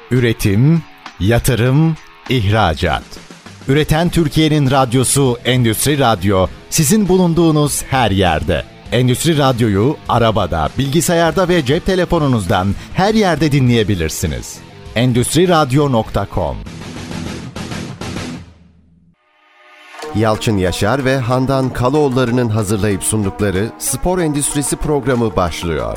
Üretim, yatırım, ihracat. Üreten Türkiye'nin radyosu Endüstri Radyo, sizin bulunduğunuz her yerde. Endüstri Radyo'yu arabada, bilgisayarda ve cep telefonunuzdan her yerde dinleyebilirsiniz. Endüstriradyo.com. Yalçın Yaşar ve Handan Kaloğulları'nın hazırlayıp sundukları Spor Endüstrisi programı başlıyor.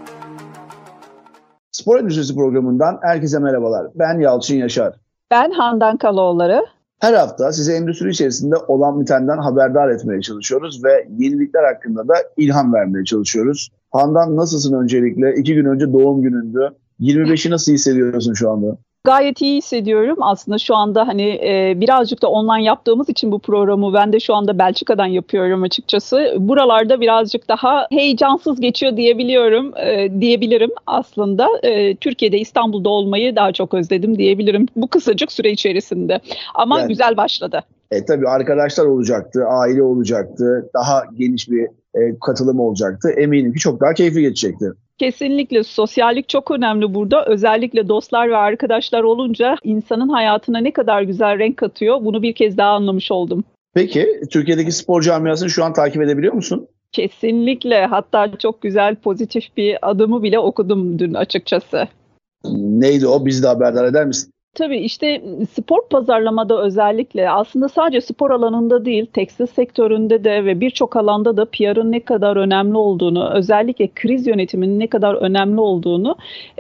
Spor Endüstrisi programından herkese merhabalar. Ben Yalçın Yaşar. Ben Handan Kaloğulları. Her hafta size endüstri içerisinde olan bitenden haberdar etmeye çalışıyoruz ve yenilikler hakkında da ilham vermeye çalışıyoruz. Handan, nasılsın öncelikle? 2 gün önce doğum günündü. 25'i nasıl hissediyorsun şu anda? Gayet iyi hissediyorum. Aslında şu anda birazcık da online yaptığımız için bu programı ben de şu anda Belçika'dan yapıyorum açıkçası. Buralarda birazcık daha heyecansız geçiyor diyebilirim aslında. Türkiye'de, İstanbul'da olmayı daha çok özledim diyebilirim bu kısacık süre içerisinde. Ama yani, güzel başladı. Tabii arkadaşlar olacaktı, aile olacaktı, daha geniş bir katılım olacaktı. Eminim ki çok daha keyifli geçecekti. Kesinlikle sosyallik çok önemli burada. Özellikle dostlar ve arkadaşlar olunca insanın hayatına ne kadar güzel renk katıyor. Bunu bir kez daha anlamış oldum. Peki Türkiye'deki spor camiasını şu an takip edebiliyor musun? Kesinlikle. Hatta çok güzel pozitif bir adımı bile okudum dün açıkçası. Neydi o? Bizi de haberdar eder misin? Tabii işte spor pazarlamada özellikle aslında sadece spor alanında değil, tekstil sektöründe de ve birçok alanda da PR'ın ne kadar önemli olduğunu, özellikle kriz yönetiminin ne kadar önemli olduğunu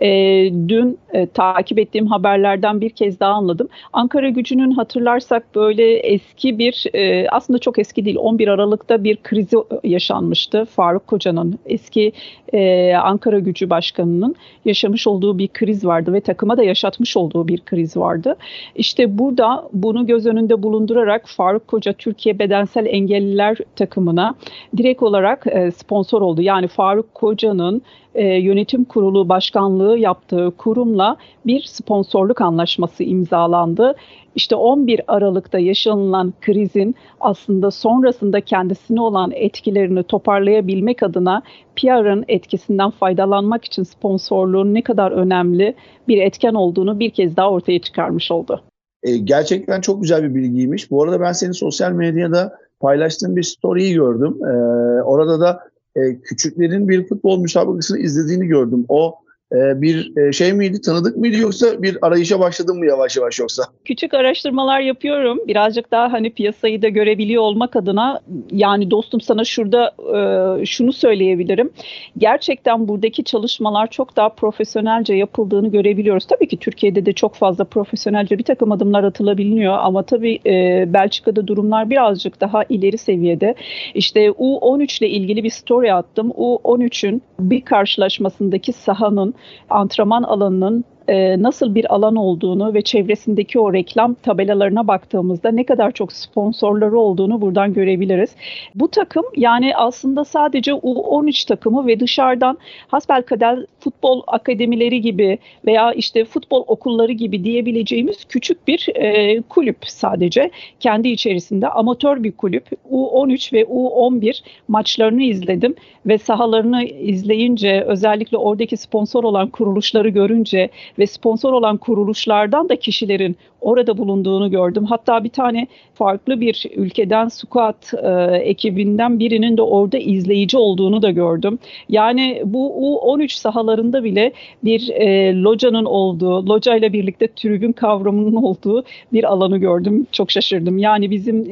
dün takip ettiğim haberlerden bir kez daha anladım. Ankaragücü'nün hatırlarsak böyle eski bir, aslında çok eski değil, 11 Aralık'ta bir krizi yaşanmıştı. Faruk Koca'nın, eski Ankaragücü Başkanı'nın yaşamış olduğu bir kriz vardı ve takıma da yaşatmış olduğu bir kriz vardı. İşte burada bunu göz önünde bulundurarak Faruk Koca Türkiye Bedensel Engelliler takımına direkt olarak sponsor oldu. Yani Faruk Koca'nın yönetim kurulu başkanlığı yaptığı kurumla bir sponsorluk anlaşması imzalandı. İşte 11 Aralık'ta yaşanılan krizin aslında sonrasında kendisine olan etkilerini toparlayabilmek adına PR'ın etkisinden faydalanmak için sponsorluğun ne kadar önemli bir etken olduğunu bir kez daha ortaya çıkarmış oldu. Gerçekten çok güzel bir bilgiymiş. Bu arada ben senin sosyal medyada paylaştığın bir story'yi gördüm. Orada da küçüklerin bir futbol müsabakasını izlediğini gördüm. O bir şey miydi, tanıdık mıydı, yoksa bir arayışa başladın mı yavaş yavaş yoksa? Küçük araştırmalar yapıyorum. Birazcık daha piyasayı da görebiliyor olmak adına, yani dostum sana şurada şunu söyleyebilirim. Gerçekten buradaki çalışmalar çok daha profesyonelce yapıldığını görebiliyoruz. Tabii ki Türkiye'de de çok fazla profesyonelce bir takım adımlar atılabiliyor ama tabii Belçika'da durumlar birazcık daha ileri seviyede. İşte U13 ile ilgili bir story attım. U13'ün bir karşılaşmasındaki sahanın, antrenman alanının nasıl bir alan olduğunu ve çevresindeki o reklam tabelalarına baktığımızda ne kadar çok sponsorları olduğunu buradan görebiliriz. Bu takım yani aslında sadece U13 takımı ve dışarıdan hasbelkader futbol akademileri gibi veya işte futbol okulları gibi diyebileceğimiz küçük bir kulüp sadece. Kendi içerisinde amatör bir kulüp. U13 ve U11 maçlarını izledim ve sahalarını izleyince, özellikle oradaki sponsor olan kuruluşları görünce ve sponsor olan kuruluşlardan da kişilerin orada bulunduğunu gördüm. Hatta bir tane farklı bir ülkeden squat ekibinden birinin de orada izleyici olduğunu da gördüm. Yani bu U13 sahalarında bile bir locanın olduğu, loca ile birlikte tribün kavramının olduğu bir alanı gördüm. Çok şaşırdım. Yani bizim...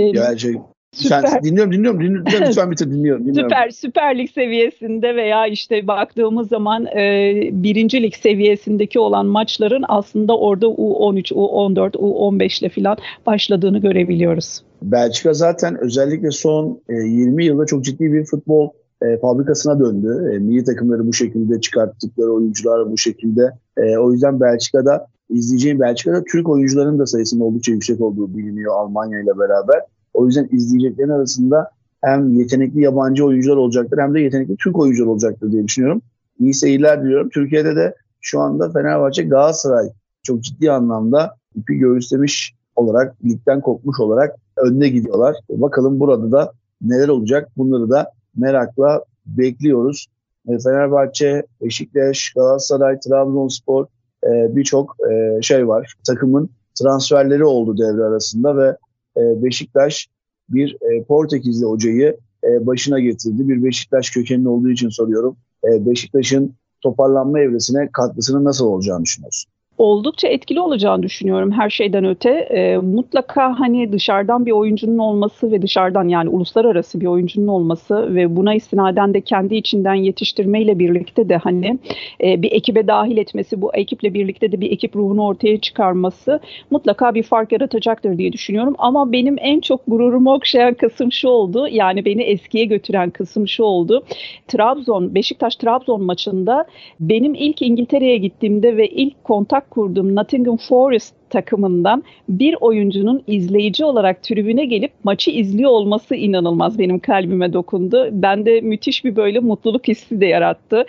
Süper. Dinliyorum. Lütfen bitir, dinliyorum. Süper Lig seviyesinde veya işte baktığımız zaman 1. Lig seviyesindeki olan maçların aslında orada U13, U14, U15 ile falan başladığını görebiliyoruz. Belçika zaten özellikle son 20 yılda çok ciddi bir futbol fabrikasına döndü. Milli takımları bu şekilde çıkarttıkları oyuncular bu şekilde. O yüzden Belçika'da Türk oyuncuların da sayısının oldukça yüksek olduğu biliniyor Almanya ile beraber. O yüzden izleyeceklerin arasında hem yetenekli yabancı oyuncular olacaktır hem de yetenekli Türk oyuncular olacaktır diye düşünüyorum. İyi seyirler diliyorum. Türkiye'de de şu anda Fenerbahçe, Galatasaray çok ciddi anlamda ipi göğüslemiş olarak, ligden kopmuş olarak önde gidiyorlar. Bakalım burada da neler olacak, bunları da merakla bekliyoruz. Fenerbahçe, Beşiktaş, Galatasaray, Trabzonspor birçok şey var. Takımın transferleri oldu devre arasında ve Beşiktaş bir Portekizli hocayı başına getirdi. Bir Beşiktaş kökenli olduğu için soruyorum. Beşiktaş'ın toparlanma evresine katkısının nasıl olacağını düşünüyorsun? Oldukça etkili olacağını düşünüyorum her şeyden öte. Mutlaka hani dışarıdan bir oyuncunun olması ve dışarıdan yani uluslararası bir oyuncunun olması ve buna istinaden de kendi içinden yetiştirmeyle birlikte de hani bir ekibe dahil etmesi, bu ekiple birlikte de bir ekip ruhunu ortaya çıkarması mutlaka bir fark yaratacaktır diye düşünüyorum. Ama benim en çok gururumu okşayan kısım şu oldu, yani beni eskiye götüren kısım şu oldu. Beşiktaş-Trabzon maçında benim ilk İngiltere'ye gittiğimde ve ilk kontak kurduğum Nottingham Forest takımından bir oyuncunun izleyici olarak tribüne gelip maçı izliyor olması inanılmaz benim kalbime dokundu. Bende müthiş bir böyle mutluluk hissi de yarattı.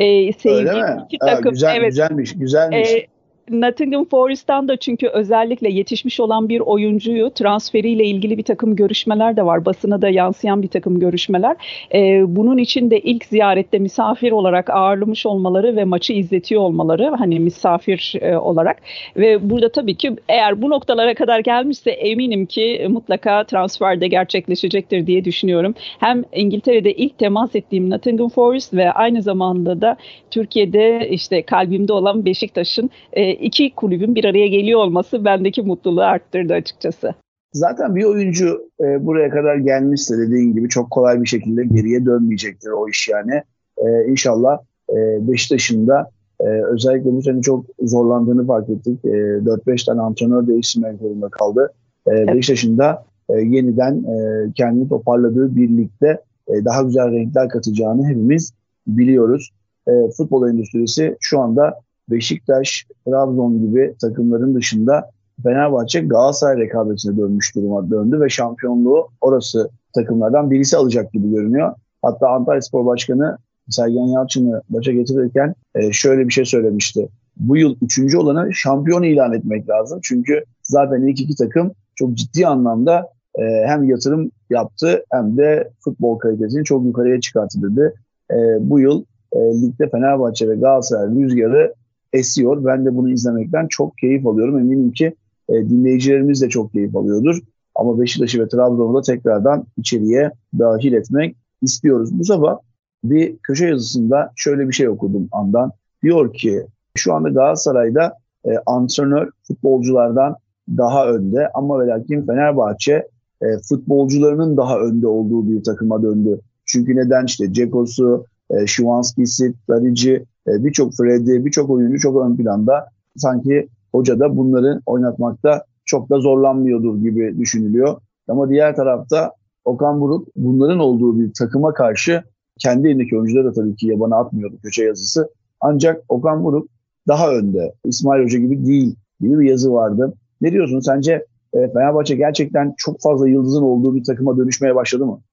Öyle mi? İki takım, güzel, evet. Güzelmiş. Nottingham Forest'tan da çünkü özellikle yetişmiş olan bir oyuncuyu transferiyle ilgili bir takım görüşmeler de var. Basına da yansıyan bir takım görüşmeler. Bunun için de ilk ziyarette misafir olarak ağırlamış olmaları ve maçı izletiyor olmaları hani misafir olarak. Ve burada tabii ki eğer bu noktalara kadar gelmişse eminim ki mutlaka transfer de gerçekleşecektir diye düşünüyorum. Hem İngiltere'de ilk temas ettiğim Nottingham Forest ve aynı zamanda da Türkiye'de işte kalbimde olan Beşiktaş'ın iki kulübün bir araya geliyor olması bendeki mutluluğu arttırdı açıkçası. Zaten bir oyuncu buraya kadar gelmişse dediğin gibi çok kolay bir şekilde geriye dönmeyecektir o iş yani. İnşallah Beşiktaş'ın da özellikle bu sene çok zorlandığını fark ettik. 4-5 tane antrenör değiştirmek zorunda kaldı. Evet. Beşiktaş'ın da yeniden kendini toparladığı birlikte daha güzel renkler katacağını hepimiz biliyoruz. Futbol endüstrisi şu anda Beşiktaş, Trabzon gibi takımların dışında Fenerbahçe Galatasaray rekabetine döndü ve şampiyonluğu orası takımlardan birisi alacak gibi görünüyor. Hatta Antalyaspor Başkanı Sergen Yalçın'ı başa getirirken şöyle bir şey söylemişti. Bu yıl 3. olanı şampiyon ilan etmek lazım. Çünkü zaten ilk iki takım çok ciddi anlamda hem yatırım yaptı hem de futbol kalitesini çok yukarıya çıkarttı dedi. Bu yıl ligde Fenerbahçe ve Galatasaray rüzgarı esiyor. Ben de bunu izlemekten çok keyif alıyorum. Eminim ki dinleyicilerimiz de çok keyif alıyordur. Ama Beşiktaş'ı ve Trabzon'u da tekrardan içeriye dahil etmek istiyoruz. Bu sabah bir köşe yazısında şöyle bir şey okudum Andan. Diyor ki şu anda Galatasaray'da antrenör futbolculardan daha önde ama ve lakin Fenerbahçe futbolcularının daha önde olduğu bir takıma döndü. Çünkü neden? İşte Ceko'su, Şuvanski'si, Tadici, birçok Freddy, birçok oyuncu çok ön planda. Sanki hoca da bunları oynatmakta çok da zorlanmıyordur gibi düşünülüyor. Ama diğer tarafta Okan Buruk bunların olduğu bir takıma karşı kendi elindeki oyuncuları da tabii ki yabana atmıyordu köşe yazısı. Ancak Okan Buruk daha önde. İsmail Hoca gibi değil gibi bir yazı vardı. Ne diyorsun? Sence Fenerbahçe gerçekten çok fazla yıldızın olduğu bir takıma dönüşmeye başladı mı?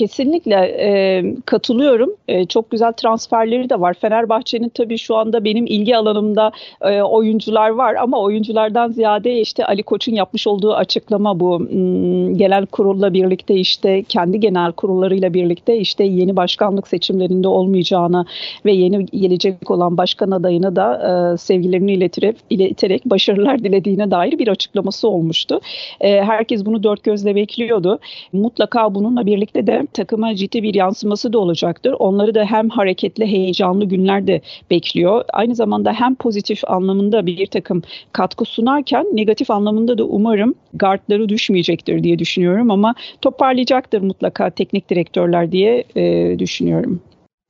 Kesinlikle katılıyorum. Çok güzel transferleri de var. Fenerbahçe'nin tabii şu anda benim ilgi alanımda oyuncular var ama oyunculardan ziyade işte Ali Koç'un yapmış olduğu açıklama bu. Genel kurulla birlikte işte kendi genel kurullarıyla birlikte işte yeni başkanlık seçimlerinde olmayacağını ve yeni gelecek olan başkan adayına da sevgilerini ileterek başarılar dilediğine dair bir açıklaması olmuştu. Herkes bunu dört gözle bekliyordu. Mutlaka bununla birlikte de takıma ciddi bir yansıması da olacaktır. Onları da hem hareketli, heyecanlı günler de bekliyor. Aynı zamanda hem pozitif anlamında bir takım katkı sunarken negatif anlamında da umarım gardları düşmeyecektir diye düşünüyorum ama toparlayacaktır mutlaka teknik direktörler diye düşünüyorum.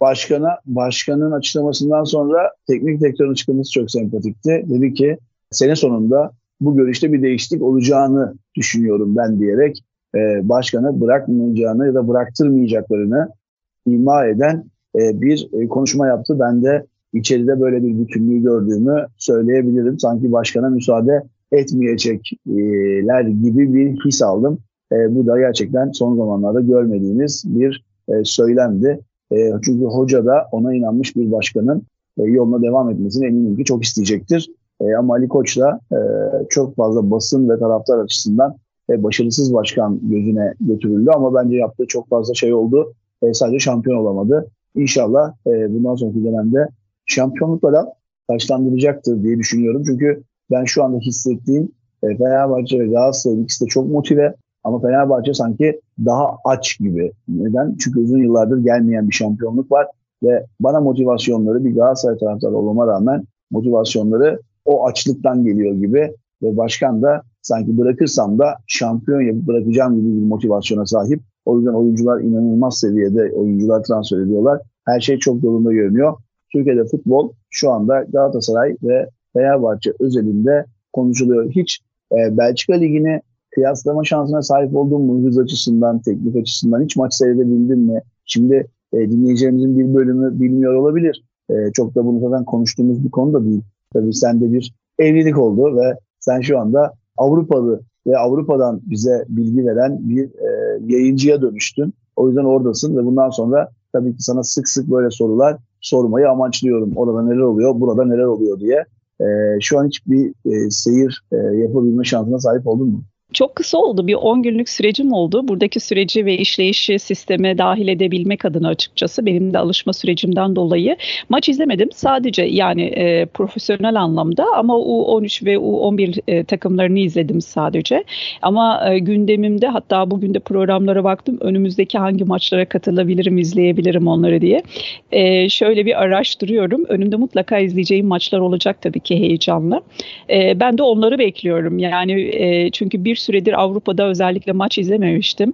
Başkanın açıklamasından sonra teknik direktörün açıklaması çok sempatikti. Dedi ki sene sonunda bu görüşte bir değişiklik olacağını düşünüyorum ben diyerek başkanı bırakmayacağını ya da bıraktırmayacaklarını ima eden bir konuşma yaptı. Ben de içeride böyle bir bütünlüğü gördüğümü söyleyebilirim. Sanki başkana müsaade etmeyecekler gibi bir his aldım. Bu da gerçekten son zamanlarda görmediğimiz bir söylemdi. Çünkü hoca da ona inanmış bir başkanın yoluna devam etmesini eminim ki çok isteyecektir. Ama Ali Koç da çok fazla basın ve taraftar açısından başarısız başkan gözüne götürüldü ama bence yaptığı çok fazla şey oldu. Sadece şampiyon olamadı. İnşallah bundan sonraki dönemde şampiyonlukla da taşlandıracaktır diye düşünüyorum. Çünkü ben şu anda hissettiğim Fenerbahçe ve Galatasaray ikisi de çok motive ama Fenerbahçe sanki daha aç gibi. Neden? Çünkü uzun yıllardır gelmeyen bir şampiyonluk var ve bana motivasyonları bir Galatasaray taraftarı olmama rağmen motivasyonları o açlıktan geliyor gibi ve başkan da sanki bırakırsam da şampiyon yapıp bırakacağım gibi bir motivasyona sahip. O yüzden oyuncular inanılmaz seviyede oyuncular transfer ediyorlar. Her şey çok yolunda görünüyor. Türkiye'de futbol şu anda Galatasaray ve Fenerbahçe özelinde konuşuluyor. Hiç Belçika Ligi'ni kıyaslama şansına sahip oldun mu? Hız açısından, teknik açısından hiç maç seyredebildin mi? Şimdi dinleyicilerimizin bir bölümü bilmiyor olabilir. Çok da bunu zaten konuştuğumuz bir konu da değil. Tabii sende bir evlilik oldu ve sen şu anda Avrupalı ve Avrupa'dan bize bilgi veren bir yayıncıya dönüştün. O yüzden oradasın ve bundan sonra tabii ki sana sık sık böyle sorular sormayı amaçlıyorum. Orada neler oluyor, burada neler oluyor diye. Şu an hiçbir seyir yapabilme şansına sahip oldun mu? Çok kısa oldu. Bir 10 günlük sürecim oldu. Buradaki süreci ve işleyişi sisteme dahil edebilmek adına açıkçası benim de alışma sürecimden dolayı maç izlemedim. Sadece yani profesyonel anlamda ama U13 ve U11 takımlarını izledim sadece. Ama gündemimde hatta bugün de programlara baktım. Önümüzdeki hangi maçlara katılabilirim, izleyebilirim onları diye. Şöyle bir araştırıyorum. Önümde mutlaka izleyeceğim maçlar olacak tabii ki heyecanlı. Ben de onları bekliyorum. Yani çünkü bir süredir Avrupa'da özellikle maç izlememiştim.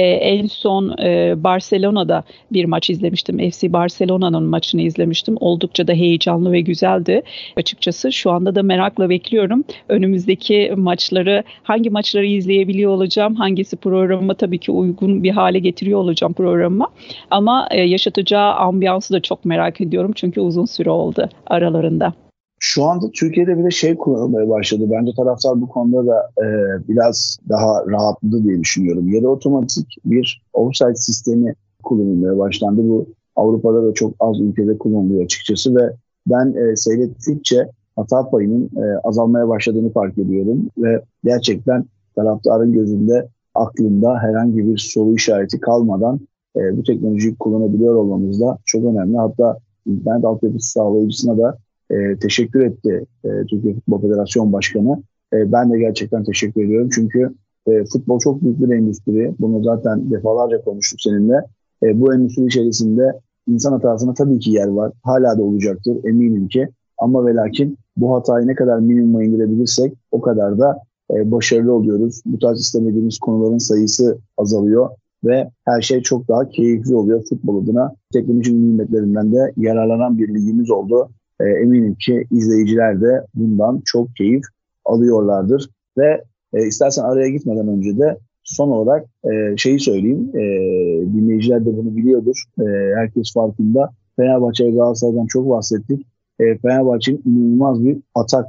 En son Barcelona'da bir maç izlemiştim. FC Barcelona'nın maçını izlemiştim. Oldukça da heyecanlı ve güzeldi. Açıkçası şu anda da merakla bekliyorum. Önümüzdeki maçları, hangi maçları izleyebiliyor olacağım, hangisi programa tabii ki uygun bir hale getiriyor olacağım programa. Ama yaşatacağı ambiyansı da çok merak ediyorum. Çünkü uzun süre oldu aralarında. Şu anda Türkiye'de bir de şey kullanılmaya başladı. Bence taraftar bu konuda da biraz daha rahatladı diye düşünüyorum. Yarı otomatik bir offside sistemi kullanılmaya başlandı. Bu Avrupa'da da çok az ülkede kullanılıyor açıkçası ve ben seyrettikçe hata payının azalmaya başladığını fark ediyorum. Ve gerçekten taraftarın gözünde, aklında herhangi bir soru işareti kalmadan bu teknolojiyi kullanabiliyor olmamız da çok önemli. Hatta internet altyapısı sağlayıcısına da teşekkür etti Türkiye Futbol Federasyon Başkanı. Ben de gerçekten teşekkür ediyorum. Çünkü futbol çok büyük bir endüstri. Bunu zaten defalarca konuştuk seninle. Bu endüstri içerisinde insan hatasına tabii ki yer var. Hala da olacaktır eminim ki. Ama ve lakin bu hatayı ne kadar minimuma indirebilirsek o kadar da başarılı oluyoruz. Bu tarz istemediğimiz konuların sayısı azalıyor ve her şey çok daha keyifli oluyor futbol adına. Teknolojinin nimetlerinden de yararlanan bir ligimiz oldu. Eminim ki izleyiciler de bundan çok keyif alıyorlardır. Ve istersen araya gitmeden önce de son olarak şeyi söyleyeyim. Dinleyiciler de bunu biliyordur. Herkes farkında. Fenerbahçe ve Galatasaray'dan çok bahsettik. Fenerbahçe'nin inanılmaz bir atak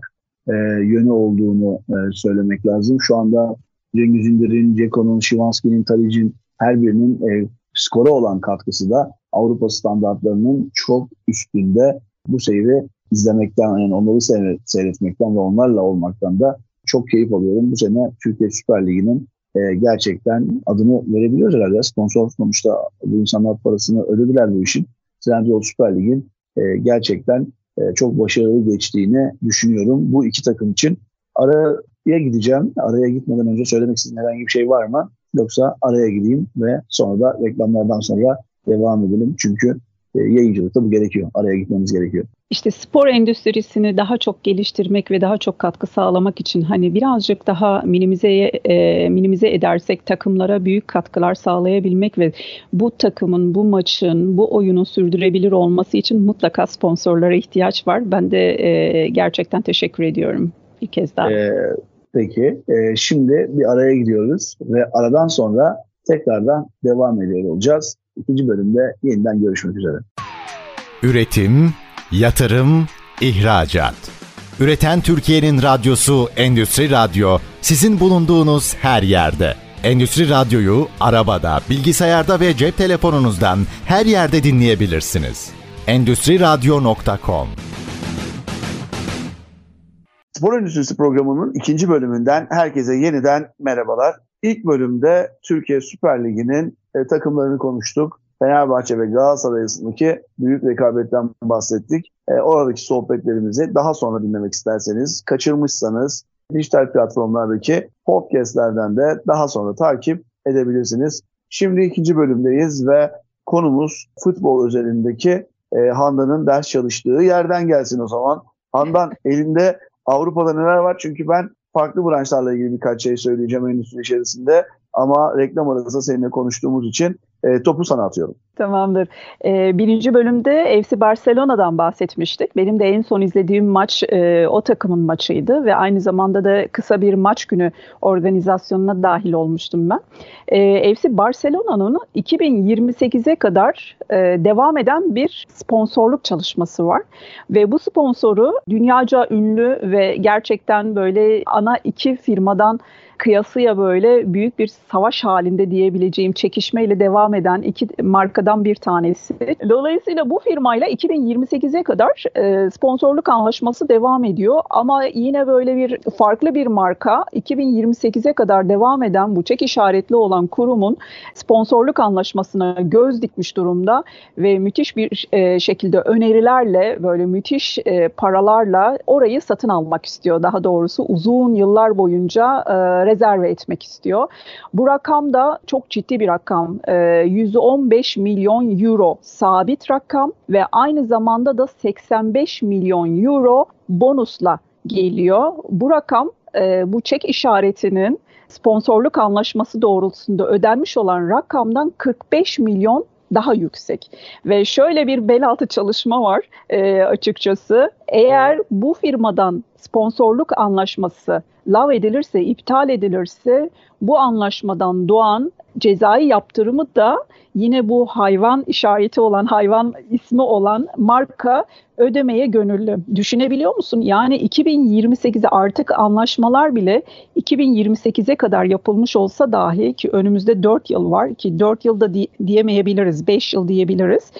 yönü olduğunu söylemek lazım. Şu anda Cengiz Ünder'in, Ceko'nun, Şivanski'nin, Tadic'in her birinin skora olan katkısı da Avrupa standartlarının çok üstünde. Bu seyri izlemekten, yani onları seyretmekten ve onlarla olmaktan da çok keyif alıyorum. Bu sene Türkiye Süper Ligi'nin gerçekten adını verebiliyoruz herhalde. Sponsor sonuçta bu insanlar parasını ödediler bu işin. Trendyol Süper Lig'in gerçekten çok başarılı geçtiğini düşünüyorum. Bu iki takım için araya gideceğim. Araya gitmeden önce söylemek istediğim herhangi bir şey var mı? Yoksa araya gideyim ve sonra da reklamlardan sonra devam edelim. Çünkü yayıncılıkta bu gerekiyor. Araya gitmemiz gerekiyor. İşte spor endüstrisini daha çok geliştirmek ve daha çok katkı sağlamak için hani birazcık daha minimize edersek takımlara büyük katkılar sağlayabilmek ve bu takımın, bu maçın, bu oyunun sürdürebilir olması için mutlaka sponsorlara ihtiyaç var. Ben de gerçekten teşekkür ediyorum bir kez daha. Peki, şimdi bir araya gidiyoruz ve aradan sonra tekrardan devam ediyor olacağız. İkinci bölümde yeniden görüşmek üzere. Üretim, yatırım, ihracat. Üreten Türkiye'nin radyosu Endüstri Radyo, sizin bulunduğunuz her yerde. Endüstri Radyo'yu arabada, bilgisayarda ve cep telefonunuzdan her yerde dinleyebilirsiniz. Endüstriradyo.com. Spor Endüstrisi programının ikinci bölümünden herkese yeniden merhabalar. İlk bölümde Türkiye Süper Ligi'nin takımlarını konuştuk. Fenerbahçe ve Galatasaray arasındaki büyük rekabetten bahsettik. Oradaki sohbetlerimizi daha sonra dinlemek isterseniz, kaçırmışsanız dijital platformlardaki podcastlerden de daha sonra takip edebilirsiniz. Şimdi ikinci bölümdeyiz ve konumuz futbol özelindeki Handan'ın ders çalıştığı yerden gelsin o zaman. Handan, elinde Avrupa'da neler var? Çünkü ben farklı branşlarla ilgili birkaç şey söyleyeceğim endüstri içerisinde. Ama reklam arasında seninle konuştuğumuz için topu sana atıyorum. Tamamdır. Birinci bölümde FC Barcelona'dan bahsetmiştik. Benim de en son izlediğim maç o takımın maçıydı ve aynı zamanda da kısa bir maç günü organizasyonuna dahil olmuştum ben. FC Barcelona'nın 2028'e kadar devam eden bir sponsorluk çalışması var. Ve bu sponsoru dünyaca ünlü ve gerçekten böyle ana iki firmadan kıyasıya böyle büyük bir savaş halinde diyebileceğim çekişmeyle devam eden iki markadan bir tanesi. Dolayısıyla bu firmayla 2028'e kadar sponsorluk anlaşması devam ediyor. Ama yine böyle bir farklı bir marka 2028'e kadar devam eden bu çek işaretli olan kurumun sponsorluk anlaşmasına göz dikmiş durumda ve müthiş bir şekilde önerilerle böyle müthiş paralarla orayı satın almak istiyor. Daha doğrusu uzun yıllar boyunca rezerve etmek istiyor. Bu rakam da çok ciddi bir rakam. 115 milyon euro sabit rakam ve aynı zamanda da 85 milyon euro bonusla geliyor. Bu rakam bu çek işaretinin sponsorluk anlaşması doğrultusunda ödenmiş olan rakamdan 45 milyon daha yüksek. Ve şöyle bir bel altı çalışma var açıkçası. Eğer bu firmadan sponsorluk anlaşması lağvedilirse, iptal edilirse bu anlaşmadan doğan cezai yaptırımı da yine bu hayvan işareti olan, hayvan ismi olan marka ödemeye gönüllü. Düşünebiliyor musun? Yani 2028'e artık anlaşmalar bile 2028'e kadar yapılmış olsa dahi ki önümüzde 4 yıl var ki 4 yılda diyemeyebiliriz, 5 yıl diyebiliriz.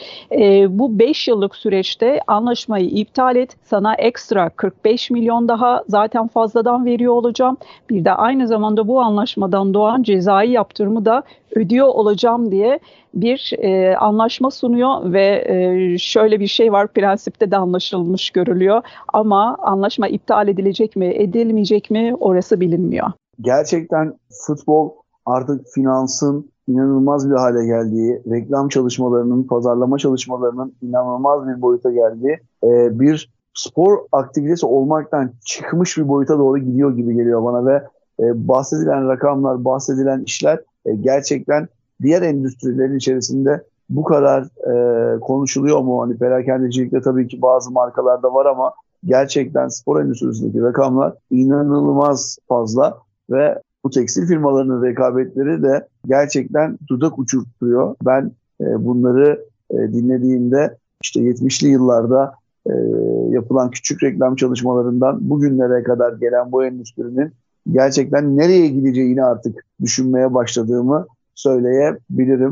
Bu 5 yıllık süreçte anlaşmayı iptal et, sana ekstra 45 milyon daha zaten fazladan veriyor olacağım. Bir de aynı zamanda bu anlaşmadan doğan cezai yaptırımı da ödüyor olacağım diye bir anlaşma sunuyor ve şöyle bir şey var, prensipte de anlaşılmış görülüyor ama anlaşma iptal edilecek mi edilmeyecek mi orası bilinmiyor. Gerçekten futbol artık finansın inanılmaz bir hale geldiği, reklam çalışmalarının, pazarlama çalışmalarının inanılmaz bir boyuta geldiği bir spor aktivitesi olmaktan çıkmış bir boyuta doğru gidiyor gibi geliyor bana ve bahsedilen rakamlar, bahsedilen işler gerçekten diğer endüstrilerin içerisinde bu kadar konuşuluyor mu? Hani perakendecilikte tabii ki bazı markalarda var ama gerçekten spor endüstrisindeki rakamlar inanılmaz fazla ve bu tekstil firmalarının rekabetleri de gerçekten dudak uçurtuyor. Ben bunları dinlediğimde işte 70'li yıllarda yapılan küçük reklam çalışmalarından bugünlere kadar gelen bu endüstrinin gerçekten nereye gideceğini artık düşünmeye başladığımı söyleyebilirim.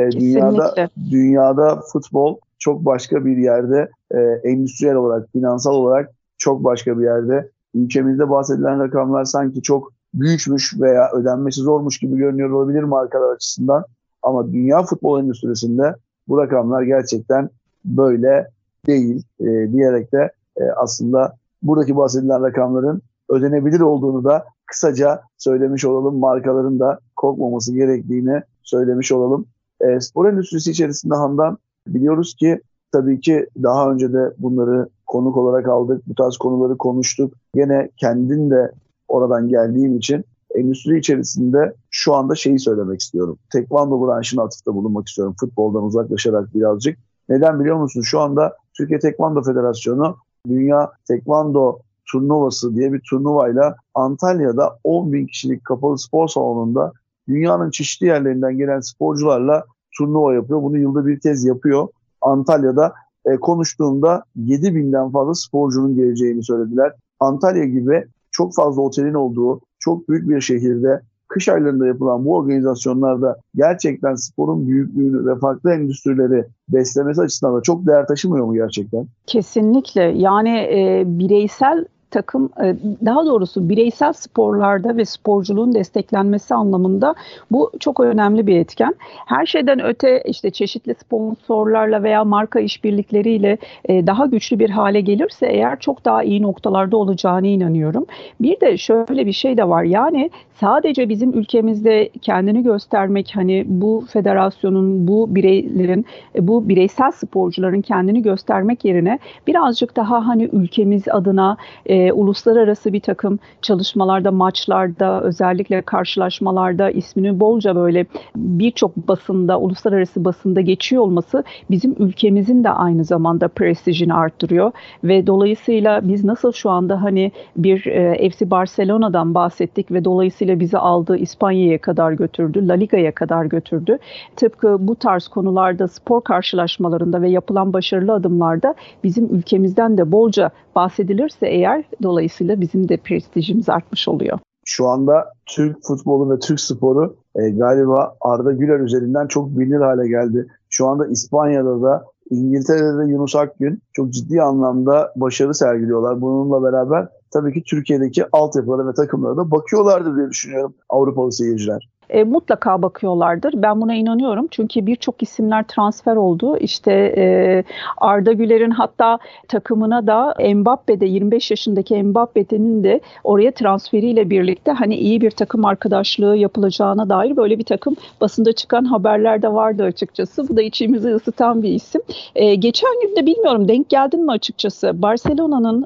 Dünyada futbol çok başka bir yerde, endüstriyel olarak, finansal olarak çok başka bir yerde. Ülkemizde bahsedilen rakamlar sanki çok büyükmüş veya ödenmesi zormuş gibi görünüyor olabilir markalar açısından. Ama dünya futbol endüstrisinde bu rakamlar gerçekten böyle değil diyerek de aslında buradaki bahsedilen rakamların ödenebilir olduğunu da kısaca söylemiş olalım. Markaların da korkmaması gerektiğini söylemiş olalım. Spor endüstrisi içerisinde Handan biliyoruz ki tabii ki daha önce de bunları konuk olarak aldık. Bu tarz konuları konuştuk. Gene kendin de oradan geldiğim için endüstri içerisinde şu anda şeyi söylemek istiyorum. Tekvando branşına atıfta bulunmak istiyorum. Futboldan uzaklaşarak birazcık. Neden biliyor musun? Şu anda Türkiye Tekvando Federasyonu Dünya Tekvando Turnuvası diye bir turnuvayla Antalya'da 10.000 kişilik kapalı spor salonunda dünyanın çeşitli yerlerinden gelen sporcularla turnuva yapıyor. Bunu yılda bir kez yapıyor. Antalya'da konuştuğumda 7.000'den fazla sporcunun geleceğini söylediler. Antalya gibi çok fazla otelin olduğu, çok büyük bir şehirde kış aylarında yapılan bu organizasyonlarda gerçekten sporun büyüklüğünü ve farklı endüstrileri beslemesi açısından da çok değer taşımıyor mu gerçekten? Kesinlikle. Yani bireysel takım, daha doğrusu bireysel sporlarda ve sporculuğun desteklenmesi anlamında bu çok önemli bir etken. Her şeyden öte işte çeşitli sponsorlarla veya marka işbirlikleriyle daha güçlü bir hale gelirse eğer çok daha iyi noktalarda olacağına inanıyorum. Bir de şöyle bir şey de var, yani sadece bizim ülkemizde kendini göstermek, hani bu federasyonun, bu bireylerin, bu bireysel sporcuların kendini göstermek yerine birazcık daha hani ülkemiz adına uluslararası bir takım çalışmalarda, maçlarda, özellikle karşılaşmalarda ismini bolca böyle birçok basında, uluslararası basında geçiyor olması bizim ülkemizin de aynı zamanda prestijini arttırıyor ve dolayısıyla biz nasıl şu anda hani bir FC Barcelona'dan bahsettik ve dolayısıyla bizi aldı, İspanya'ya kadar götürdü, La Liga'ya kadar götürdü. Tıpkı bu tarz konularda, spor karşılaşmalarında ve yapılan başarılı adımlarda bizim ülkemizden de bolca bahsedilirse eğer, dolayısıyla bizim de prestijimiz artmış oluyor. Şu anda Türk futbolu ve Türk sporu galiba Arda Güler üzerinden çok bilinir hale geldi. Şu anda İspanya'da da, İngiltere'de de Yunus Akgün çok ciddi anlamda başarı sergiliyorlar. Bununla beraber tabii ki Türkiye'deki altyapılara ve takımlara da bakıyorlardır diye düşünüyorum Avrupalı seyirciler. Mutlaka bakıyorlardır. Ben buna inanıyorum. Çünkü birçok isimler transfer oldu. İşte Arda Güler'in hatta takımına da Mbappe'de, 25 yaşındaki Mbappe'nin de oraya transferiyle birlikte hani iyi bir takım arkadaşlığı yapılacağına dair böyle bir takım basında çıkan haberler de vardı açıkçası. Bu da içimizi ısıtan bir isim. Geçen gün de bilmiyorum denk geldin mi açıkçası, Barcelona'nın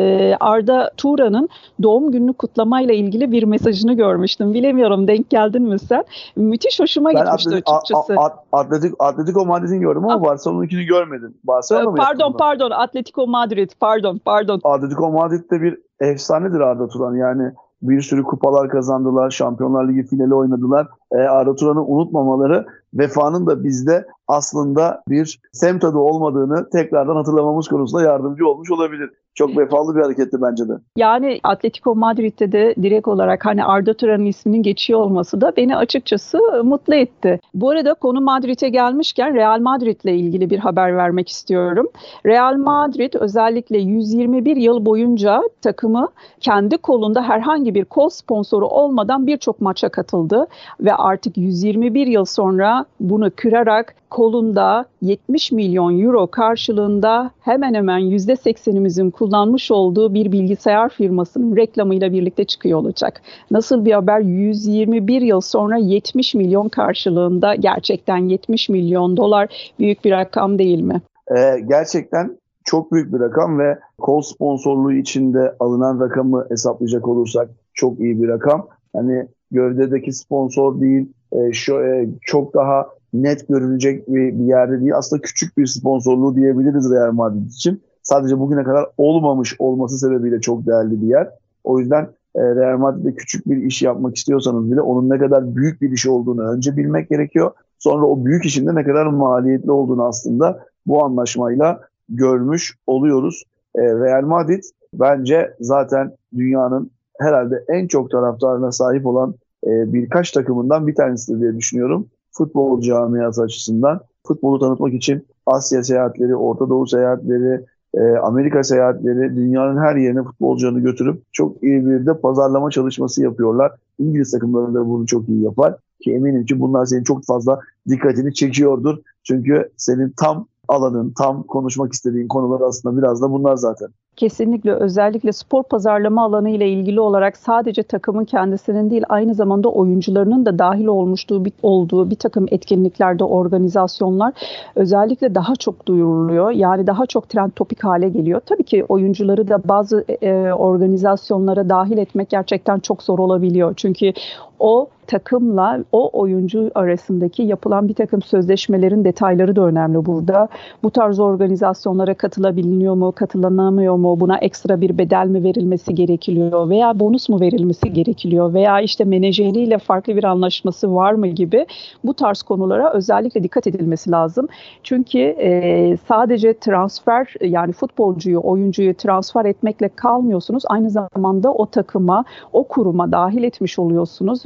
Arda Turan'ın doğum gününü kutlamayla ilgili bir mesajını görmüştüm. Bilemiyorum denk geldin mi sen? Müthiş hoşuma gitmişti açıkçası. Atletico Madrid'in gördüm ama Barcelona'nınkini görmedim. Barcelona mı? Pardon. Atletico Madrid. Pardon. Atletico Madrid'de bir efsanedir Arda Turan. Yani bir sürü kupalar kazandılar. Şampiyonlar Ligi finali oynadılar. Arda Turan'ı unutmamaları, vefanın da bizde aslında bir semt adı olmadığını tekrardan hatırlamamız konusunda yardımcı olmuş olabilir. Çok vefalı bir hareketti bence de. Yani Atletico Madrid'de de direkt olarak hani Arda Turan'ın isminin geçiyor olması da beni açıkçası mutlu etti. Bu arada konu Madrid'e gelmişken Real Madrid'le ilgili bir haber vermek istiyorum. Real Madrid özellikle 121 yıl boyunca takımı kendi kolunda herhangi bir kol sponsoru olmadan birçok maça katıldı ve artık 121 yıl sonra bunu kırarak kolunda 70 milyon euro karşılığında hemen hemen %80'imizin kullanmış olduğu bir bilgisayar firmasının reklamıyla birlikte çıkıyor olacak. Nasıl bir haber? 121 yıl sonra 70 milyon karşılığında, gerçekten 70 milyon dolar büyük bir rakam değil mi? Gerçekten çok büyük bir rakam ve kol sponsorluğu içinde alınan rakamı hesaplayacak olursak çok iyi bir rakam. Hani gövdedeki sponsor değil, çok daha net görülecek bir yerde değil. Aslında küçük bir sponsorluğu diyebiliriz Real Madrid için. Sadece bugüne kadar olmamış olması sebebiyle çok değerli bir yer. O yüzden Real Madrid'de küçük bir iş yapmak istiyorsanız bile onun ne kadar büyük bir iş olduğunu önce bilmek gerekiyor. Sonra o büyük işin de ne kadar maliyetli olduğunu aslında bu anlaşmayla görmüş oluyoruz. Real Madrid bence zaten dünyanın herhalde en çok taraftarına sahip olan birkaç takımından bir tanesidir diye düşünüyorum. Futbol camiası açısından futbolu tanıtmak için Asya seyahatleri, Orta Doğu seyahatleri, Amerika seyahatleri, dünyanın her yerine futbolcularını götürüp çok iyi bir de pazarlama çalışması yapıyorlar. İngiliz takımları da bunu çok iyi yapar ki eminim ki bunlar senin çok fazla dikkatini çekiyordur. Çünkü senin tam alanın, tam konuşmak istediğin konular aslında biraz da bunlar zaten. Kesinlikle, özellikle spor pazarlama alanı ile ilgili olarak sadece takımın kendisinin değil, aynı zamanda oyuncularının da dahil olduğu bir takım etkinliklerde, organizasyonlar özellikle daha çok duyuruluyor. Yani daha çok trend topik hale geliyor. Tabii ki oyuncuları da bazı organizasyonlara dahil etmek gerçekten çok zor olabiliyor. Çünkü o takımla o oyuncu arasındaki yapılan bir takım sözleşmelerin detayları da önemli burada. Bu tarz organizasyonlara katılabiliyor mu, katılanamıyor mu? Buna ekstra bir bedel mi verilmesi gerekiyor veya bonus mu verilmesi gerekiyor veya işte menajeriyle farklı bir anlaşması var mı gibi bu tarz konulara özellikle dikkat edilmesi lazım. Çünkü sadece transfer, yani futbolcuyu, oyuncuyu transfer etmekle kalmıyorsunuz. Aynı zamanda o takıma, o kuruma dahil etmiş oluyorsunuz ve o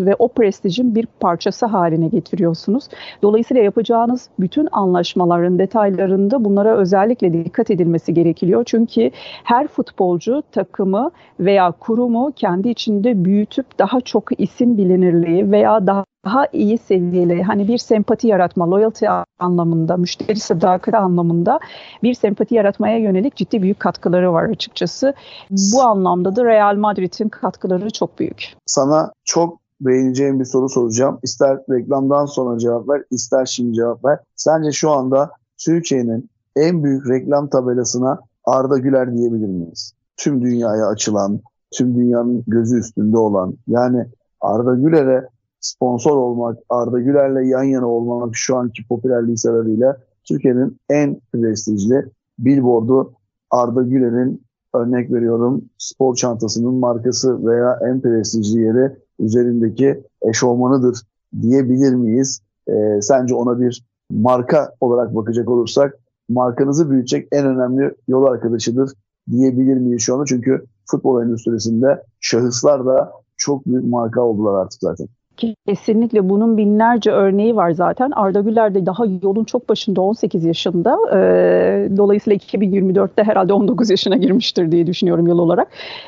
prestijin bir parçası haline getiriyorsunuz. Dolayısıyla yapacağınız bütün anlaşmaların detaylarında bunlara özellikle dikkat edilmesi gerekiyor. Çünkü her futbolcu takımı veya kurumu kendi içinde büyütüp daha çok isim bilinirliği veya daha iyi seviyeli, hani bir sempati yaratma, loyalty anlamında, müşteri sadakati anlamında bir sempati yaratmaya yönelik ciddi büyük katkıları var açıkçası. Bu anlamda da Real Madrid'in katkıları çok büyük. Sana çok beğeneceğim bir soru soracağım. İster reklamdan sonra cevap ver, ister şimdi cevap ver. Sence şu anda Türkiye'nin en büyük reklam tabelasına Arda Güler diyebilir miyiz? Tüm dünyaya açılan, tüm dünyanın gözü üstünde olan, yani Arda Güler'e sponsor olmak, Arda Güler'le yan yana olmak şu anki popülerliği sebebiyle Türkiye'nin en prestijli billboardu Arda Güler'in, örnek veriyorum, spor çantasının markası veya en prestijli yeri üzerindeki eşofmanıdır diyebilir miyiz? Sence ona bir marka olarak bakacak olursak markanızı büyütecek en önemli yol arkadaşıdır diyebilir miyiz şu anda? Çünkü futbol endüstrisinde şahıslar da çok büyük marka oldular artık zaten. Kesinlikle bunun binlerce örneği var zaten. Arda Güler de daha yolun çok başında, 18 yaşında. Dolayısıyla 2024'te herhalde 19 yaşına girmiştir diye düşünüyorum yıl olarak.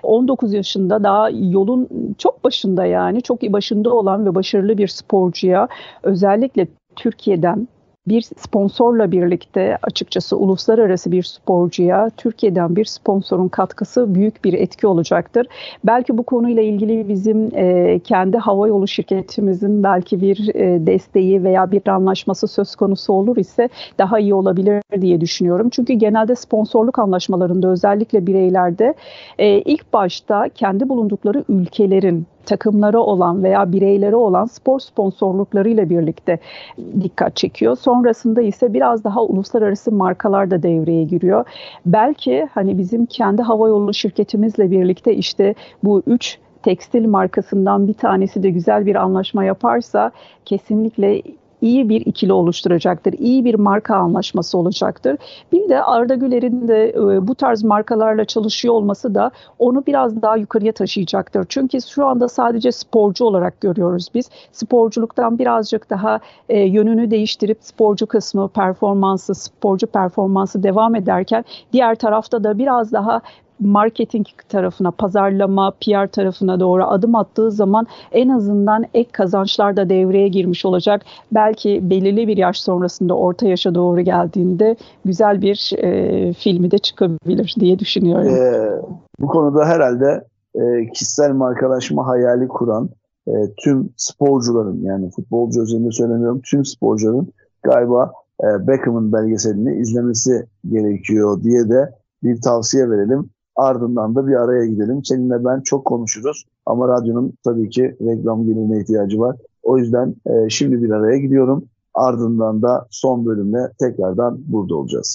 19 yaşında daha yolun çok başında, yani çok başında olan ve başarılı bir sporcuya, özellikle Türkiye'den bir sponsorla birlikte, açıkçası uluslararası bir sporcuya Türkiye'den bir sponsorun katkısı büyük bir etki olacaktır. Belki bu konuyla ilgili bizim kendi havayolu şirketimizin belki bir desteği veya bir anlaşması söz konusu olur ise daha iyi olabilir diye düşünüyorum. Çünkü genelde sponsorluk anlaşmalarında, özellikle bireylerde ilk başta kendi bulundukları ülkelerin takımları olan veya bireyleri olan spor sponsorluklarıyla birlikte dikkat çekiyor. Sonrasında ise biraz daha uluslararası markalar da devreye giriyor. Belki hani bizim kendi havayolu şirketimizle birlikte işte bu 3 tekstil markasından bir tanesi de güzel bir anlaşma yaparsa kesinlikle iyi bir ikili oluşturacaktır. İyi bir marka anlaşması olacaktır. Bir de Arda Güler'in de bu tarz markalarla çalışıyor olması da onu biraz daha yukarıya taşıyacaktır. Çünkü şu anda sadece sporcu olarak görüyoruz biz. Sporculuktan birazcık daha yönünü değiştirip sporcu kısmı, performansı, sporcu performansı devam ederken diğer tarafta da biraz daha marketing tarafına, pazarlama, PR tarafına doğru adım attığı zaman en azından ek kazançlar da devreye girmiş olacak. Belki belirli bir yaş sonrasında orta yaşa doğru geldiğinde güzel bir filmi de çıkabilir diye düşünüyorum. Bu konuda herhalde kişisel markalaşma hayali kuran tüm sporcuların, yani futbolcu özelinde söylemiyorum, tüm sporcuların galiba Beckham'ın belgeselini izlemesi gerekiyor diye de bir tavsiye verelim. Ardından da bir araya gidelim. Seninle ben çok konuşuruz ama radyonun tabii ki reklam gelirine ihtiyacı var. O yüzden şimdi bir araya gidiyorum. Ardından da son bölümle tekrardan burada olacağız.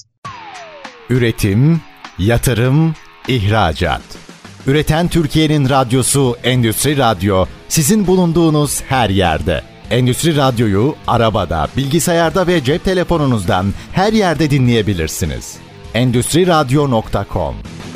Üretim, yatırım, ihracat. Üreten Türkiye'nin radyosu Endüstri Radyo, sizin bulunduğunuz her yerde. Endüstri Radyo'yu arabada, bilgisayarda ve cep telefonunuzdan her yerde dinleyebilirsiniz. Endüstriradyo.com.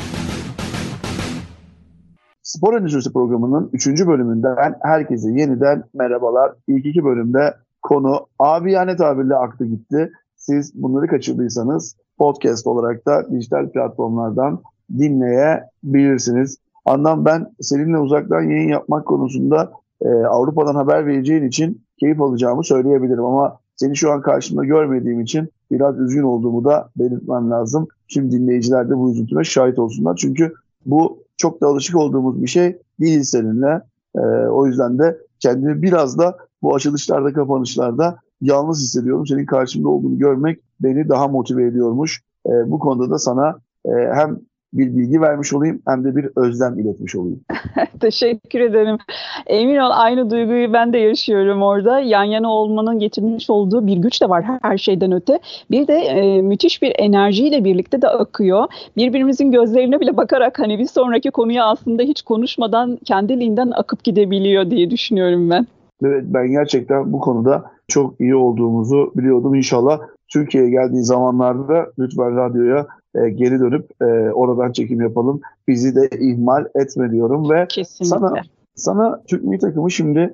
Spor Endüstrisi programının 3. bölümünden herkese yeniden merhabalar. İlk 2 bölümde konu abiyane tabirle aktı gitti. Siz bunları kaçırdıysanız podcast olarak da dijital platformlardan dinleyebilirsiniz. Handan, ben seninle uzaktan yayın yapmak konusunda Avrupa'dan haber vereceğin için keyif alacağımı söyleyebilirim ama seni şu an karşımda görmediğim için biraz üzgün olduğumu da belirtmem lazım. Şimdi dinleyiciler de bu üzüntüme şahit olsunlar. Çünkü bu çok da alışık olduğumuz bir şey değil seninle. O yüzden de kendimi biraz da bu açılışlarda, kapanışlarda yalnız hissediyorum. Senin karşımda olduğunu görmek beni daha motive ediyormuş. Bu konuda da sana hem bir bilgi vermiş olayım hem de bir özlem iletmiş olayım. Teşekkür ederim. Emin ol, aynı duyguyu ben de yaşıyorum orada. Yan yana olmanın getirmiş olduğu bir güç de var her şeyden öte. Bir de müthiş bir enerjiyle birlikte de akıyor. Birbirimizin gözlerine bile bakarak hani bir sonraki konuya aslında hiç konuşmadan kendiliğinden akıp gidebiliyor diye düşünüyorum ben. Evet, ben gerçekten bu konuda çok iyi olduğumuzu biliyordum. İnşallah Türkiye'ye geldiği zamanlarda lütfen radyoya geri dönüp oradan çekim yapalım. Bizi de ihmal etme diyorum ve kesinlikle. Sana Türk milli takımı şimdi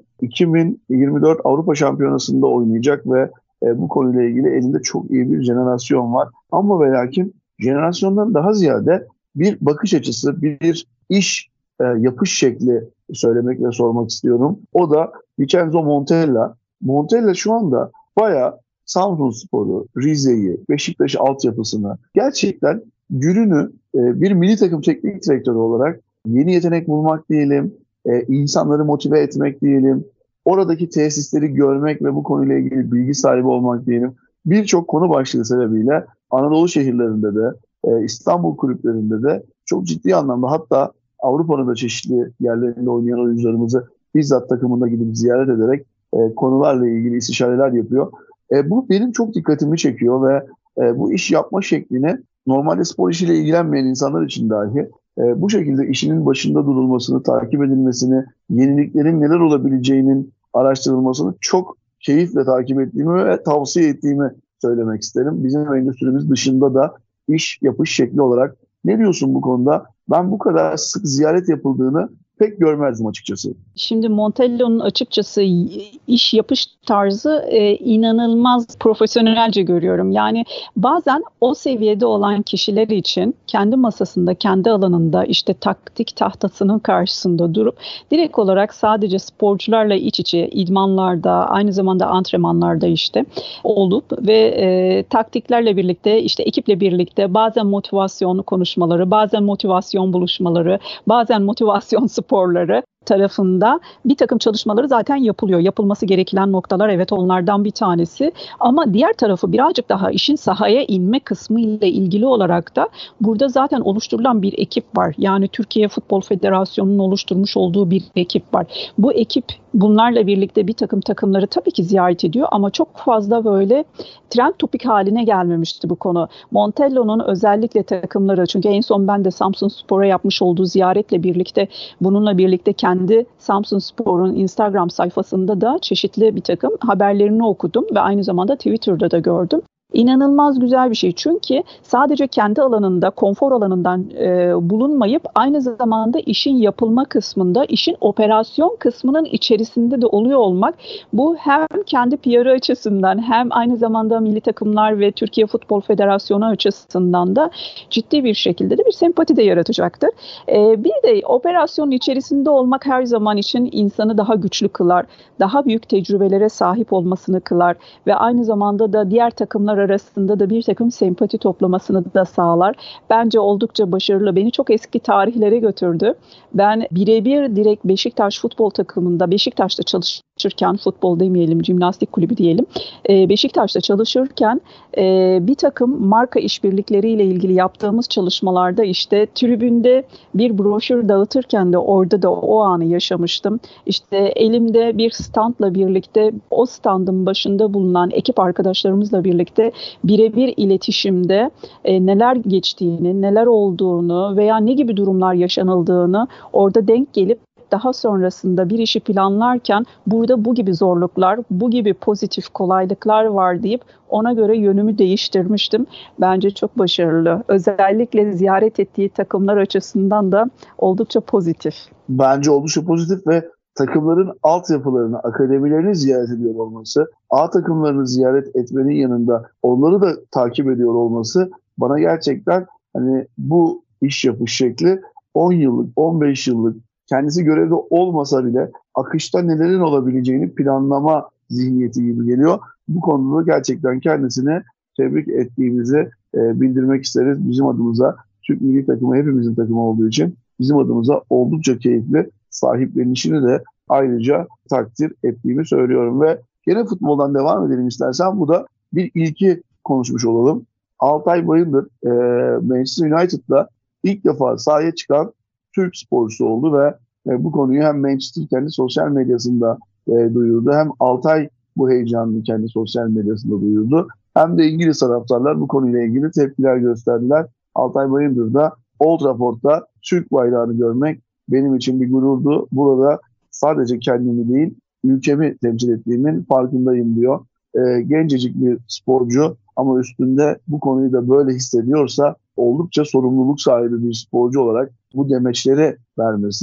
2024 Avrupa Şampiyonası'nda oynayacak ve bu konuyla ilgili elinde çok iyi bir jenerasyon var. Ama ve lakin jenerasyondan daha ziyade bir bakış açısı, bir iş yapış şekli söylemek ve sormak istiyorum. O da Vincenzo Montella. Montella şu anda bayağı Samsunspor'u, Rize'yi, Beşiktaş altyapısını gerçekten gününü bir milli takım teknik direktörü olarak yeni yetenek bulmak diyelim, insanları motive etmek diyelim, oradaki tesisleri görmek ve bu konuyla ilgili bilgi sahibi olmak diyelim. Birçok konu başlığı sebebiyle Anadolu şehirlerinde de, İstanbul kulüplerinde de çok ciddi anlamda, hatta Avrupa'nın da çeşitli yerlerinde oynayan oyuncularımızı bizzat takımında gidip ziyaret ederek konularla ilgili istişareler yapıyor. Bu benim çok dikkatimi çekiyor ve bu iş yapma şeklini normalde spor işiyle ilgilenmeyen insanlar için dahi bu şekilde işinin başında durulmasını, takip edilmesini, yeniliklerin neler olabileceğinin araştırılmasını çok keyifle takip ettiğimi ve tavsiye ettiğimi söylemek isterim. Bizim endüstrimiz dışında da iş yapış şekli olarak. Ne diyorsun bu konuda? Ben bu kadar sık ziyaret yapıldığını pek görmezdim açıkçası. Şimdi Montella'nın açıkçası iş yapış tarzı inanılmaz profesyonelce görüyorum. Yani bazen o seviyede olan kişiler için kendi masasında, kendi alanında işte taktik tahtasının karşısında durup direkt olarak sadece sporcularla iç içe idmanlarda, aynı zamanda antrenmanlarda işte olup ve taktiklerle birlikte, işte ekiple birlikte bazen motivasyonlu konuşmaları, bazen motivasyon buluşmaları, bazen motivasyon sporları tarafında bir takım çalışmaları zaten yapılıyor. Yapılması gereken noktalar evet onlardan bir tanesi. Ama diğer tarafı birazcık daha işin sahaya inme kısmı ile ilgili olarak da burada zaten oluşturulan bir ekip var. Yani Türkiye Futbol Federasyonu'nun oluşturmuş olduğu bir ekip var. Bu ekip bunlarla birlikte bir takım takımları tabii ki ziyaret ediyor ama çok fazla böyle trend topik haline gelmemişti bu konu. Montella'nın özellikle takımları, çünkü en son ben de Samsunspor'a yapmış olduğu ziyaretle birlikte bununla birlikte kendi Samsunspor'un Instagram sayfasında da çeşitli bir takım haberlerini okudum ve aynı zamanda Twitter'da da gördüm. İnanılmaz güzel bir şey, çünkü sadece kendi alanında, konfor alanından bulunmayıp aynı zamanda işin yapılma kısmında, işin operasyon kısmının içerisinde de oluyor olmak, bu hem kendi PR'ı açısından hem aynı zamanda milli takımlar ve Türkiye Futbol Federasyonu açısından da ciddi bir şekilde de bir sempati de yaratacaktır. Bir de operasyonun içerisinde olmak her zaman için insanı daha güçlü kılar, daha büyük tecrübelere sahip olmasını kılar ve aynı zamanda da diğer takımlar arasında da bir takım sempati toplamasını da sağlar. Bence oldukça başarılı. Beni çok eski tarihlere götürdü. Ben birebir direkt Beşiktaş futbol takımında, Beşiktaş'ta çalışırken, futbol demeyelim, jimnastik kulübü diyelim. Beşiktaş'ta çalışırken bir takım marka işbirlikleriyle ilgili yaptığımız çalışmalarda işte tribünde bir broşür dağıtırken de orada da o anı yaşamıştım. İşte elimde bir standla birlikte o standın başında bulunan ekip arkadaşlarımızla birlikte birebir iletişimde neler geçtiğini, neler olduğunu veya ne gibi durumlar yaşanıldığını orada denk gelip daha sonrasında bir işi planlarken burada bu gibi zorluklar, bu gibi pozitif kolaylıklar var deyip ona göre yönümü değiştirmiştim. Bence çok başarılı. Özellikle ziyaret ettiği takımlar açısından da oldukça pozitif. Bence oldukça pozitif ve takımların altyapılarını, akademilerini ziyaret ediyor olması, A takımlarını ziyaret etmenin yanında onları da takip ediyor olması bana gerçekten hani bu iş yapış şekli 10 yıllık, 15 yıllık kendisi görevde olmasa bile akışta nelerin olabileceğini planlama zihniyeti gibi geliyor. Bu konuda gerçekten kendisine tebrik ettiğimizi bildirmek isteriz. Bizim adımıza, Türk milli takımı hepimizin takımı olduğu için bizim adımıza oldukça keyifli, sahiplenişini de ayrıca takdir ettiğimi söylüyorum ve gene futboldan devam edelim istersen. Bu da bir ilki konuşmuş olalım. Altay Bayındır Manchester United'da ilk defa sahaya çıkan Türk sporcusu oldu ve bu konuyu hem Manchester kendi sosyal medyasında duyurdu, hem Altay bu heyecanını kendi sosyal medyasında duyurdu, hem de İngiliz taraftarlar bu konuyla ilgili tepkiler gösterdiler. Altay Bayındır da Old Trafford'da Türk bayrağını görmek benim için bir gururdu. Burada sadece kendimi değil, ülkemi temsil ettiğimin farkındayım diyor. Gencecik bir sporcu ama üstünde bu konuyu da böyle hissediyorsa oldukça sorumluluk sahibi bir sporcu olarak bu demeçleri vermesi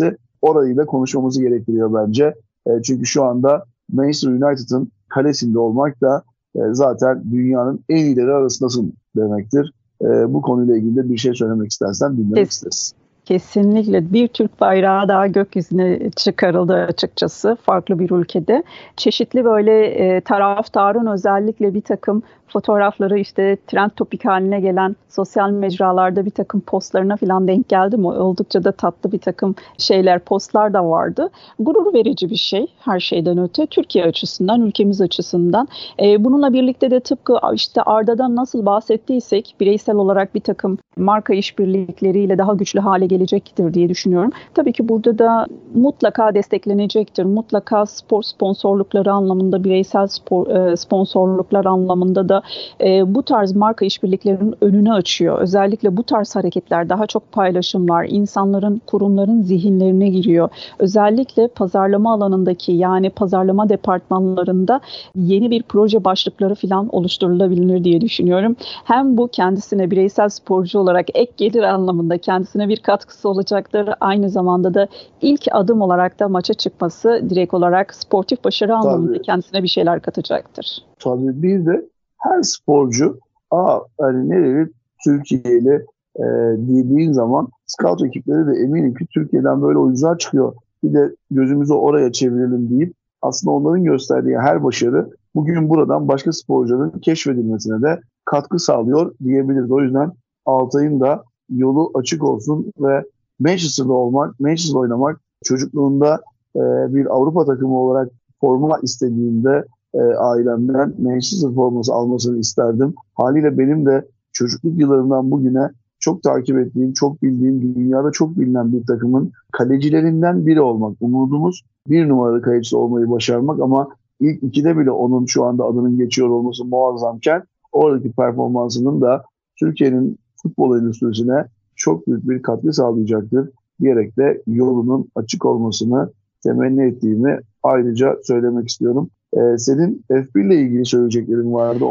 orayı da konuşmamızı gerektiriyor bence. Çünkü şu anda Manchester United'ın kalesinde olmak da zaten dünyanın en iyileri arasındasın demektir. Bu konuyla ilgili de bir şey söylemek istersen dinlemek isteriz. Kesinlikle bir Türk bayrağı daha gökyüzüne çıkarıldı açıkçası farklı bir ülkede. Çeşitli böyle taraftarın özellikle bir takım fotoğrafları işte trend topik haline gelen sosyal mecralarda bir takım postlarına falan denk geldim. Oldukça da tatlı bir takım postlar da vardı. Gurur verici bir şey her şeyden öte. Türkiye açısından, ülkemiz açısından. Bununla birlikte de tıpkı işte Arda'dan nasıl bahsettiysek bireysel olarak bir takım marka işbirlikleriyle daha güçlü hale gelecektir diye düşünüyorum. Tabii ki burada da mutlaka desteklenecektir. Mutlaka spor sponsorlukları anlamında, bireysel sponsorluklar anlamında da bu tarz marka işbirliklerinin önünü açıyor. Özellikle bu tarz hareketler, daha çok paylaşımlar, insanların, kurumların zihinlerine giriyor. Özellikle pazarlama alanındaki yani pazarlama departmanlarında yeni bir proje başlıkları falan oluşturulabilir diye düşünüyorum. Hem bu kendisine bireysel sporcu olarak ek gelir anlamında kendisine bir katkısı olacaktır. Aynı zamanda da ilk adım olarak da maça çıkması direkt olarak sportif başarı anlamında kendisine bir şeyler katacaktır. Tabii bir de her sporcu hani nereli Türkiye'li dediğin zaman scout ekipleri de eminim ki Türkiye'den böyle oyuncular çıkıyor. Bir de gözümüzü oraya çevirelim deyip aslında onların gösterdiği her başarı bugün buradan başka sporcuların keşfedilmesine de katkı sağlıyor diyebiliriz. O yüzden Altay'ın da yolu açık olsun ve Manchester'da olmak, Manchester'da oynamak çocukluğunda bir Avrupa takımı olarak forma istediğinde ailemden Manchester forması almasını isterdim. Haliyle benim de çocukluk yıllarından bugüne çok takip ettiğim, çok bildiğim, dünyada çok bilinen bir takımın kalecilerinden biri olmak. Umudumuz bir numaralı kalecisi olmayı başarmak ama ilk ikide bile onun şu anda adının geçiyor olması muazzamken oradaki performansının da Türkiye'nin futbol endüstrisine çok büyük bir katkı sağlayacaktır diyerek de yolunun açık olmasını temenni ettiğimi ayrıca söylemek istiyorum. Senin F1 ile ilgili söyleyeceklerin vardı.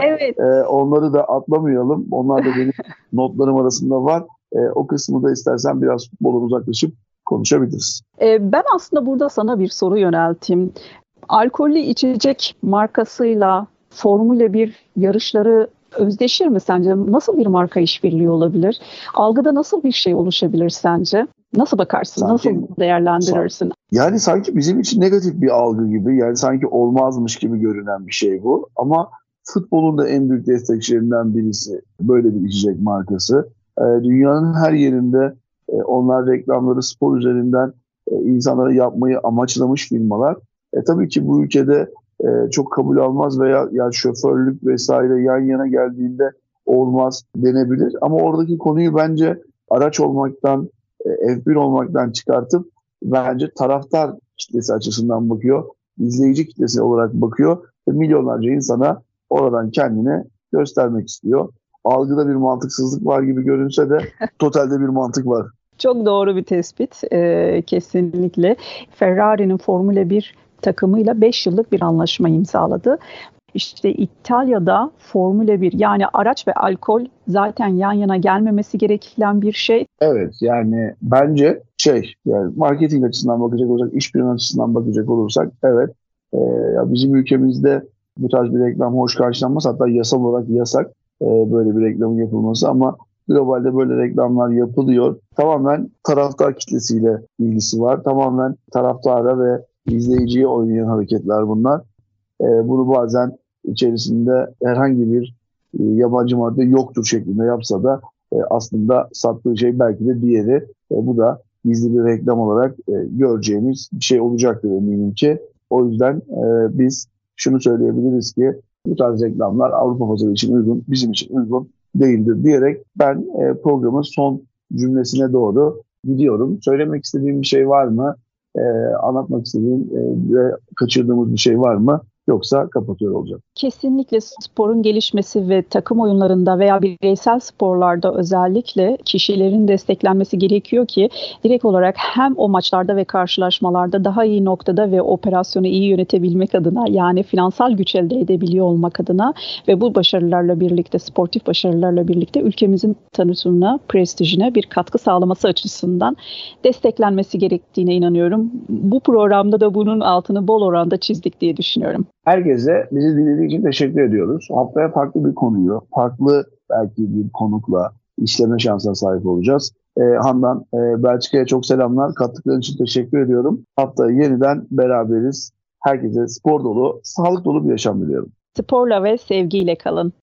Onları da atlamayalım. Onlar da benim notlarım arasında var. O kısmı da istersen biraz futboldan uzaklaşıp konuşabiliriz. Ben aslında burada sana bir soru yönelteyim. Alkollü içecek markasıyla Formula 1 yarışları özdeşir mi sence? Nasıl bir marka işbirliği olabilir? Algıda nasıl bir şey oluşabilir sence? Nasıl bakarsın? Nasıl değerlendirirsin? Yani sanki bizim için negatif bir algı gibi. Yani sanki olmazmış gibi görünen bir şey bu. Ama futbolun da en büyük destekçilerinden birisi böyle bir içecek markası. Dünyanın her yerinde onlar reklamları spor üzerinden insanlara yapmayı amaçlamış firmalar. Tabii ki bu ülkede çok kabul almaz veya yani şoförlük vesaire yan yana geldiğinde olmaz denebilir. Ama oradaki konuyu bence araç olmaktan, F1 olmaktan çıkartıp bence taraftar kitlesi açısından bakıyor. İzleyici kitlesi olarak bakıyor ve milyonlarca insana oradan kendini göstermek istiyor. Algıda bir mantıksızlık var gibi görünse de totalde bir mantık var. Çok doğru bir tespit. Kesinlikle. Ferrari'nin Formula 1 takımıyla 5 yıllık bir anlaşma imzaladı. İşte İtalya'da Formula 1 yani araç ve alkol zaten yan yana gelmemesi gereken bir şey. Evet yani bence yani marketing açısından bakacak olursak, işbirliği açısından bakacak olursak evet bizim ülkemizde bu tarz bir reklam hoş karşılanmaz. Hatta yasal olarak yasak böyle bir reklamın yapılması ama globalde böyle reklamlar yapılıyor. Tamamen taraftar kitlesiyle ilgisi var. Tamamen taraftara ve izleyiciye oynayan hareketler bunlar. Bunu bazen içerisinde herhangi bir yabancı madde yoktur şeklinde yapsa da aslında sattığı şey belki de diğeri. Bu da gizli bir reklam olarak göreceğimiz bir şey olacaktır eminim ki. O yüzden biz şunu söyleyebiliriz ki bu tarz reklamlar Avrupa pazarı için uygun, bizim için uygun değildir diyerek ben programın son cümlesine doğru gidiyorum. Söylemek istediğim bir şey var mı? Anlatmak istediğim ve kaçırdığımız bir şey var mı? Yoksa kapatıyor olacağım. Kesinlikle sporun gelişmesi ve takım oyunlarında veya bireysel sporlarda özellikle kişilerin desteklenmesi gerekiyor ki direkt olarak hem o maçlarda ve karşılaşmalarda daha iyi noktada ve operasyonu iyi yönetebilmek adına, yani finansal güç elde edebiliyor olmak adına ve bu başarılarla birlikte, sportif başarılarla birlikte ülkemizin tanıtımına, prestijine bir katkı sağlaması açısından desteklenmesi gerektiğine inanıyorum. Bu programda da bunun altını bol oranda çizdik diye düşünüyorum. Herkese bizi dinlediği için teşekkür ediyoruz. Haftaya farklı bir konuyu, farklı belki bir konukla işleme şansına sahip olacağız. Handan, Belçika'ya çok selamlar. Kattıkların için teşekkür ediyorum. Haftaya yeniden beraberiz. Herkese spor dolu, sağlık dolu bir yaşam diliyorum. Sporla ve sevgiyle kalın.